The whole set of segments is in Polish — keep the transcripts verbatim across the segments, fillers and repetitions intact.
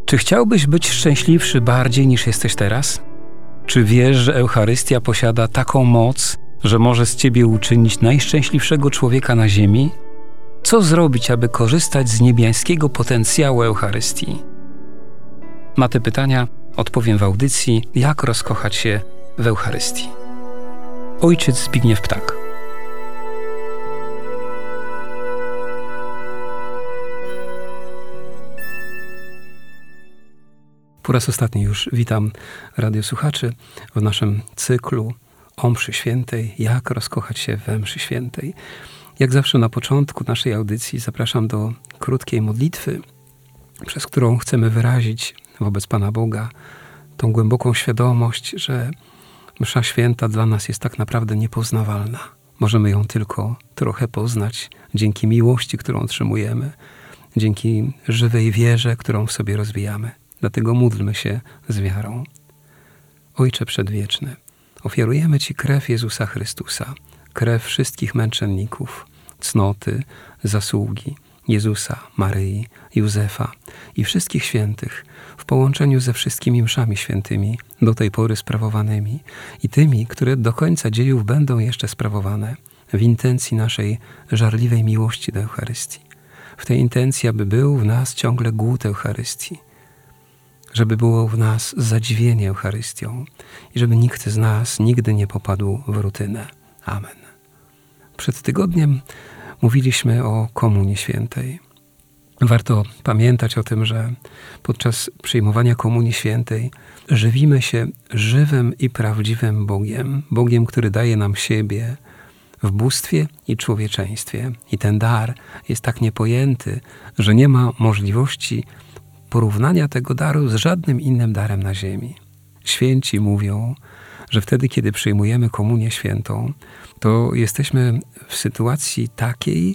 Czy chciałbyś być szczęśliwszy bardziej niż jesteś teraz? Czy wiesz, że Eucharystia posiada taką moc, że może z ciebie uczynić najszczęśliwszego człowieka na ziemi? Co zrobić, aby korzystać z niebiańskiego potencjału Eucharystii? Na te pytania odpowiem w audycji Jak rozkochać się w Eucharystii. Ojciec Zbigniew Ptak. Po raz ostatni już witam radiosłuchaczy w naszym cyklu o mszy świętej. Jak rozkochać się we mszy świętej. Jak zawsze na początku naszej audycji zapraszam do krótkiej modlitwy, przez którą chcemy wyrazić wobec Pana Boga tą głęboką świadomość, że msza święta dla nas jest tak naprawdę niepoznawalna. Możemy ją tylko trochę poznać dzięki miłości, którą otrzymujemy, dzięki żywej wierze, którą w sobie rozwijamy. Dlatego módlmy się z wiarą. Ojcze Przedwieczny, ofiarujemy Ci krew Jezusa Chrystusa, krew wszystkich męczenników, cnoty, zasługi Jezusa, Maryi, Józefa i wszystkich świętych w połączeniu ze wszystkimi mszami świętymi do tej pory sprawowanymi i tymi, które do końca dziejów będą jeszcze sprawowane w intencji naszej żarliwej miłości do Eucharystii. W tej intencji, aby był w nas ciągle głód Eucharystii, żeby było w nas zadziwienie Eucharystią i żeby nikt z nas nigdy nie popadł w rutynę. Amen. Przed tygodniem mówiliśmy o Komunii Świętej. Warto pamiętać o tym, że podczas przyjmowania Komunii Świętej żywimy się żywym i prawdziwym Bogiem. Bogiem, który daje nam siebie w bóstwie i człowieczeństwie. I ten dar jest tak niepojęty, że nie ma możliwości porównania tego daru z żadnym innym darem na ziemi. Święci mówią, że wtedy, kiedy przyjmujemy Komunię Świętą, to jesteśmy w sytuacji takiej,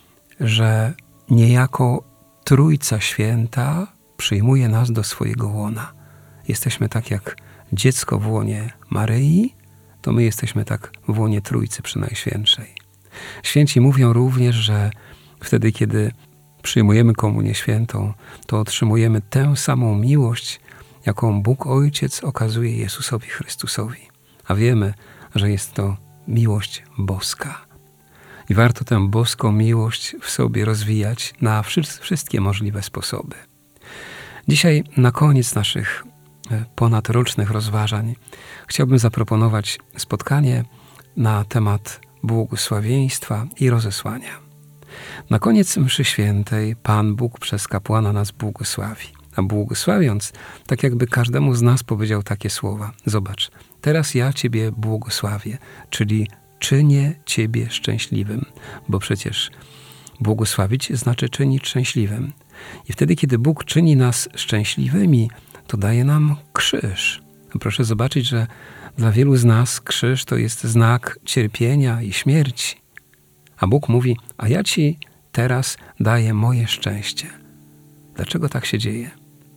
że niejako Trójca Święta przyjmuje nas do swojego łona. Jesteśmy tak jak dziecko w łonie Maryi, to my jesteśmy tak w łonie Trójcy Przenajświętszej. Święci mówią również, że wtedy, kiedy przyjmujemy Komunię Świętą, to otrzymujemy tę samą miłość, jaką Bóg Ojciec okazuje Jezusowi Chrystusowi. A wiemy, że jest to miłość boska. I warto tę boską miłość w sobie rozwijać na wszystkie możliwe sposoby. Dzisiaj na koniec naszych ponadrocznych rozważań chciałbym zaproponować spotkanie na temat błogosławieństwa i rozesłania. Na koniec mszy świętej Pan Bóg przez kapłana nas błogosławi. A błogosławiąc, tak jakby każdemu z nas powiedział takie słowa. Zobacz, teraz ja Ciebie błogosławię, czyli czynię Ciebie szczęśliwym, bo przecież błogosławić znaczy czynić szczęśliwym. I wtedy, kiedy Bóg czyni nas szczęśliwymi, to daje nam krzyż. Proszę zobaczyć, że dla wielu z nas krzyż to jest znak cierpienia i śmierci. A Bóg mówi, a ja Ci teraz daję moje szczęście. Dlaczego tak się dzieje?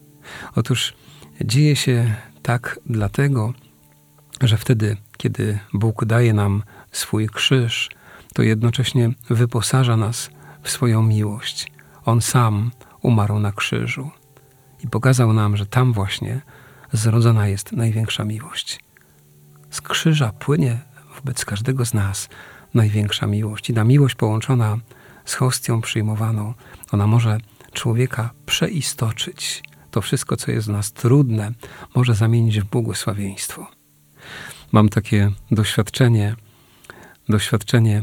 Otóż dzieje się tak dlatego, że wtedy, kiedy Bóg daje nam swój krzyż, to jednocześnie wyposaża nas w swoją miłość. On sam umarł na krzyżu i pokazał nam, że tam właśnie zrodzona jest największa miłość. Z krzyża płynie wobec każdego z nas największa miłość. I ta miłość połączona z hostią przyjmowaną, ona może człowieka przeistoczyć. To wszystko, co jest w nas trudne, może zamienić w błogosławieństwo. Mam takie doświadczenie, doświadczenie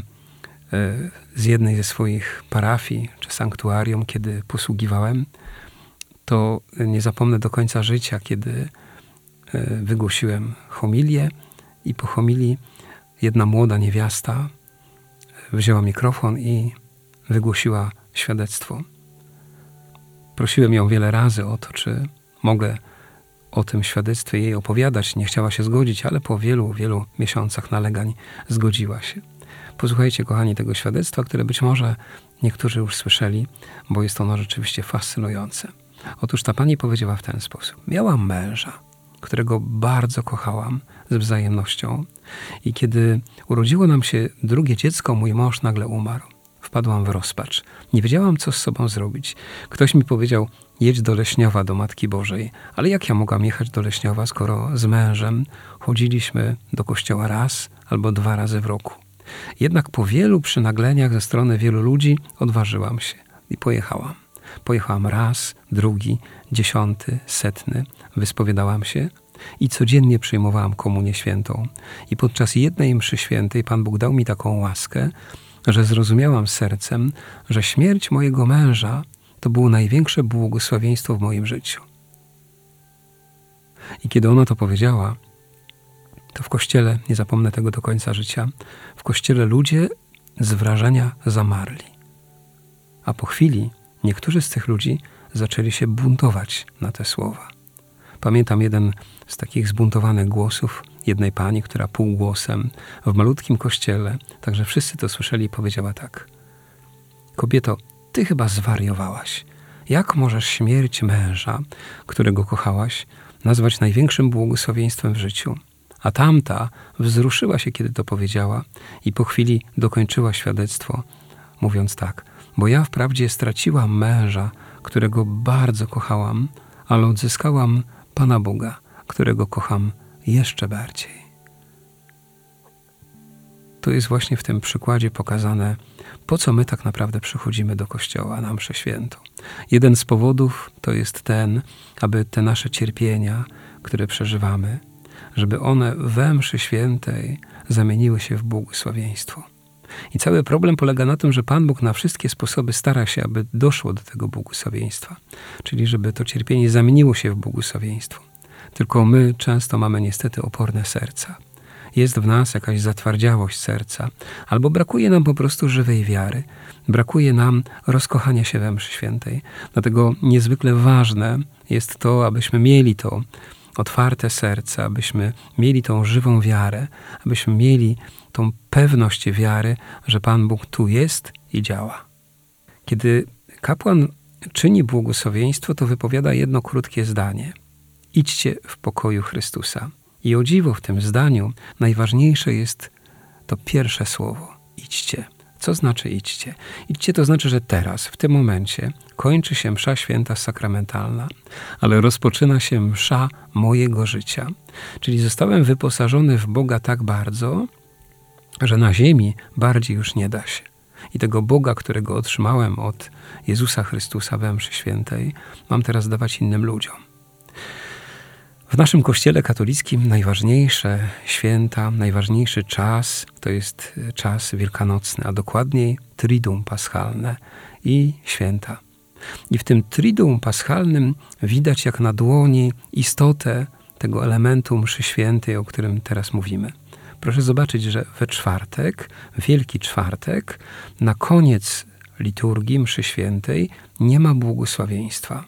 z jednej ze swoich parafii czy sanktuarium, kiedy posługiwałem, to nie zapomnę do końca życia, kiedy wygłosiłem homilię i po homilii jedna młoda niewiasta wzięła mikrofon i wygłosiła świadectwo. Prosiłem ją wiele razy o to, czy mogę o tym świadectwie jej opowiadać. Nie chciała się zgodzić, ale po wielu, wielu miesiącach nalegań zgodziła się. Posłuchajcie, kochani, tego świadectwa, które być może niektórzy już słyszeli, bo jest ono rzeczywiście fascynujące. Otóż ta pani powiedziała w ten sposób. Miałam męża, którego bardzo kochałam z wzajemnością i kiedy urodziło nam się drugie dziecko, mój mąż nagle umarł. Wpadłam w rozpacz. Nie wiedziałam, co z sobą zrobić. Ktoś mi powiedział, jedź do Leśniowa, do Matki Bożej. Ale jak ja mogłam jechać do Leśniowa, skoro z mężem chodziliśmy do kościoła raz albo dwa razy w roku? Jednak po wielu przynagleniach ze strony wielu ludzi odważyłam się i pojechałam. Pojechałam raz, drugi, dziesiąty, setny. Wyspowiadałam się i codziennie przyjmowałam komunię świętą. I podczas jednej mszy świętej Pan Bóg dał mi taką łaskę, że zrozumiałam sercem, że śmierć mojego męża to było największe błogosławieństwo w moim życiu. I kiedy ona to powiedziała, to w kościele, nie zapomnę tego do końca życia, w kościele ludzie z wrażenia zamarli. A po chwili niektórzy z tych ludzi zaczęli się buntować na te słowa. Pamiętam jeden z takich zbuntowanych głosów jednej pani, która półgłosem w malutkim kościele, także wszyscy to słyszeli, powiedziała tak: kobieto, ty chyba zwariowałaś. Jak możesz śmierć męża, którego kochałaś, nazwać największym błogosławieństwem w życiu? A tamta wzruszyła się, kiedy to powiedziała i po chwili dokończyła świadectwo, mówiąc tak: bo ja wprawdzie straciłam męża, którego bardzo kochałam, ale odzyskałam Pana Boga, którego kocham jeszcze bardziej. To jest właśnie w tym przykładzie pokazane, po co my tak naprawdę przychodzimy do kościoła na mszę świętą. Jeden z powodów to jest ten, aby te nasze cierpienia, które przeżywamy, żeby one we mszy świętej zamieniły się w błogosławieństwo. I cały problem polega na tym, że Pan Bóg na wszystkie sposoby stara się, aby doszło do tego błogosławieństwa. Czyli żeby to cierpienie zamieniło się w błogosławieństwo. Tylko my często mamy niestety oporne serca. Jest w nas jakaś zatwardziałość serca, albo brakuje nam po prostu żywej wiary. Brakuje nam rozkochania się we mszy świętej. Dlatego niezwykle ważne jest to, abyśmy mieli to otwarte serce, abyśmy mieli tą żywą wiarę, abyśmy mieli tą pewność wiary, że Pan Bóg tu jest i działa. Kiedy kapłan czyni błogosławieństwo, to wypowiada jedno krótkie zdanie: idźcie w pokoju Chrystusa. I o dziwo w tym zdaniu najważniejsze jest to pierwsze słowo: idźcie. Co znaczy idźcie? Idźcie to znaczy, że teraz, w tym momencie kończy się msza święta sakramentalna, ale rozpoczyna się msza mojego życia. Czyli zostałem wyposażony w Boga tak bardzo, że na ziemi bardziej już nie da się. I tego Boga, którego otrzymałem od Jezusa Chrystusa we mszy świętej, mam teraz dawać innym ludziom. W naszym Kościele katolickim najważniejsze święta, najważniejszy czas to jest czas wielkanocny, a dokładniej Triduum Paschalne i święta. I w tym Triduum Paschalnym widać jak na dłoni istotę tego elementu mszy świętej, o którym teraz mówimy. Proszę zobaczyć, że we czwartek, Wielki Czwartek, na koniec liturgii mszy świętej nie ma błogosławieństwa.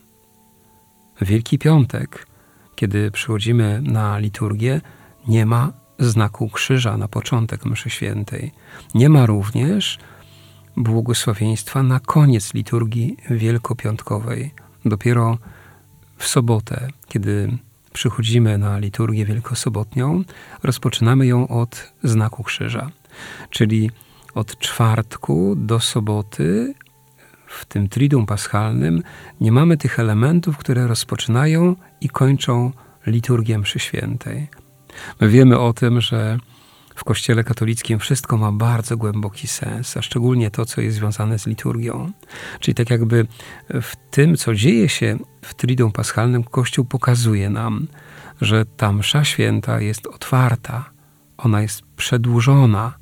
Wielki Piątek, kiedy przychodzimy na liturgię, nie ma znaku krzyża na początek mszy świętej. Nie ma również błogosławieństwa na koniec liturgii wielkopiątkowej. Dopiero w sobotę, kiedy przychodzimy na liturgię wielkosobotnią, rozpoczynamy ją od znaku krzyża. Czyli od czwartku do soboty w tym Triduum Paschalnym nie mamy tych elementów, które rozpoczynają i kończą liturgię mszy świętej. My wiemy o tym, że w Kościele katolickim wszystko ma bardzo głęboki sens, a szczególnie to, co jest związane z liturgią. Czyli tak jakby w tym, co dzieje się w Triduum Paschalnym, Kościół pokazuje nam, że ta msza święta jest otwarta, ona jest przedłużona.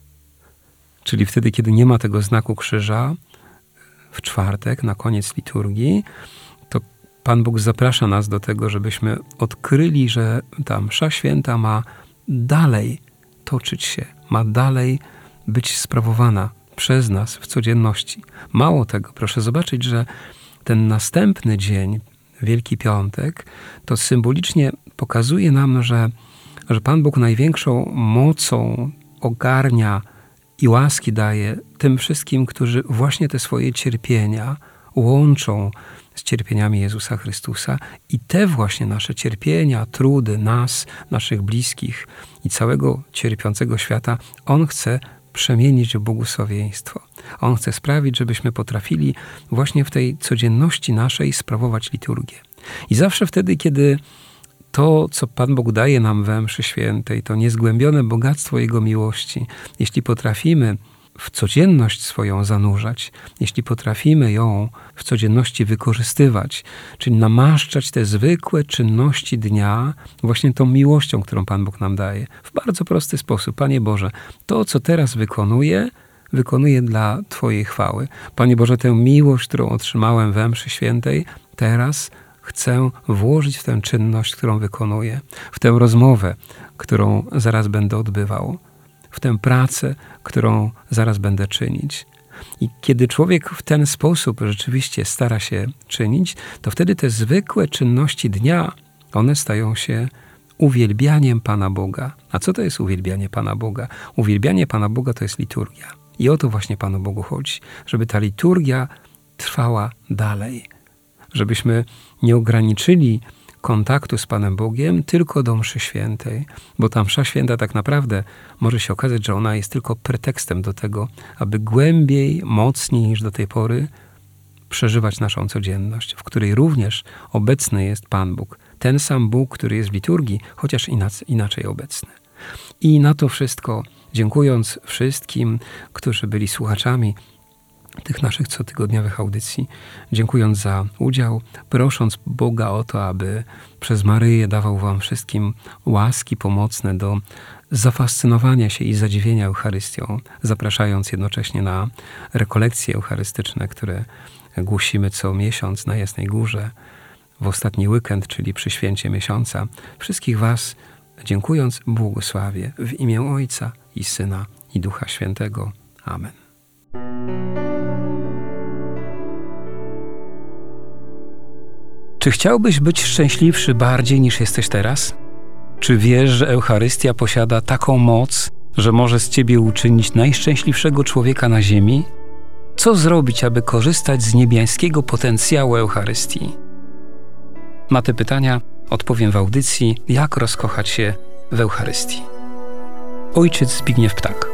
Czyli wtedy, kiedy nie ma tego znaku krzyża, w czwartek, na koniec liturgii, to Pan Bóg zaprasza nas do tego, żebyśmy odkryli, że ta msza święta ma dalej toczyć się, ma dalej być sprawowana przez nas w codzienności. Mało tego, proszę zobaczyć, że ten następny dzień, Wielki Piątek, to symbolicznie pokazuje nam, że, że Pan Bóg największą mocą ogarnia i łaski daje tym wszystkim, którzy właśnie te swoje cierpienia łączą z cierpieniami Jezusa Chrystusa i te właśnie nasze cierpienia, trudy nas, naszych bliskich i całego cierpiącego świata On chce przemienić w błogosławieństwo. On chce sprawić, żebyśmy potrafili właśnie w tej codzienności naszej sprawować liturgię. I zawsze wtedy, kiedy to, co Pan Bóg daje nam we mszy świętej, to niezgłębione bogactwo Jego miłości, jeśli potrafimy w codzienność swoją zanurzać, jeśli potrafimy ją w codzienności wykorzystywać, czyli namaszczać te zwykłe czynności dnia właśnie tą miłością, którą Pan Bóg nam daje. W bardzo prosty sposób. Panie Boże, to, co teraz wykonuję, wykonuję dla Twojej chwały. Panie Boże, tę miłość, którą otrzymałem we mszy świętej, teraz chcę włożyć w tę czynność, którą wykonuję, w tę rozmowę, którą zaraz będę odbywał, w tę pracę, którą zaraz będę czynić. I kiedy człowiek w ten sposób rzeczywiście stara się czynić, to wtedy te zwykłe czynności dnia, one stają się uwielbianiem Pana Boga. A co to jest uwielbianie Pana Boga? Uwielbianie Pana Boga to jest liturgia. I o to właśnie Panu Bogu chodzi, żeby ta liturgia trwała dalej. Żebyśmy nie ograniczyli kontaktu z Panem Bogiem tylko do mszy świętej, bo ta msza święta tak naprawdę może się okazać, że ona jest tylko pretekstem do tego, aby głębiej, mocniej niż do tej pory przeżywać naszą codzienność, w której również obecny jest Pan Bóg. Ten sam Bóg, który jest w liturgii, chociaż inaczej obecny. I na to wszystko, dziękując wszystkim, którzy byli słuchaczami tych naszych cotygodniowych audycji, dziękując za udział, prosząc Boga o to, aby przez Maryję dawał wam wszystkim łaski pomocne do zafascynowania się i zadziwienia Eucharystią, zapraszając jednocześnie na rekolekcje eucharystyczne, które głosimy co miesiąc na Jasnej Górze, w ostatni weekend, czyli przy święcie miesiąca. Wszystkich was, dziękując, błogosławię w imię Ojca i Syna i Ducha Świętego. Amen. Czy chciałbyś być szczęśliwszy bardziej niż jesteś teraz? Czy wiesz, że Eucharystia posiada taką moc, że może z ciebie uczynić najszczęśliwszego człowieka na ziemi? Co zrobić, aby korzystać z niebiańskiego potencjału Eucharystii? Na te pytania odpowiem w audycji Jak rozkochać się w Eucharystii. Ojciec Zbigniew Ptak.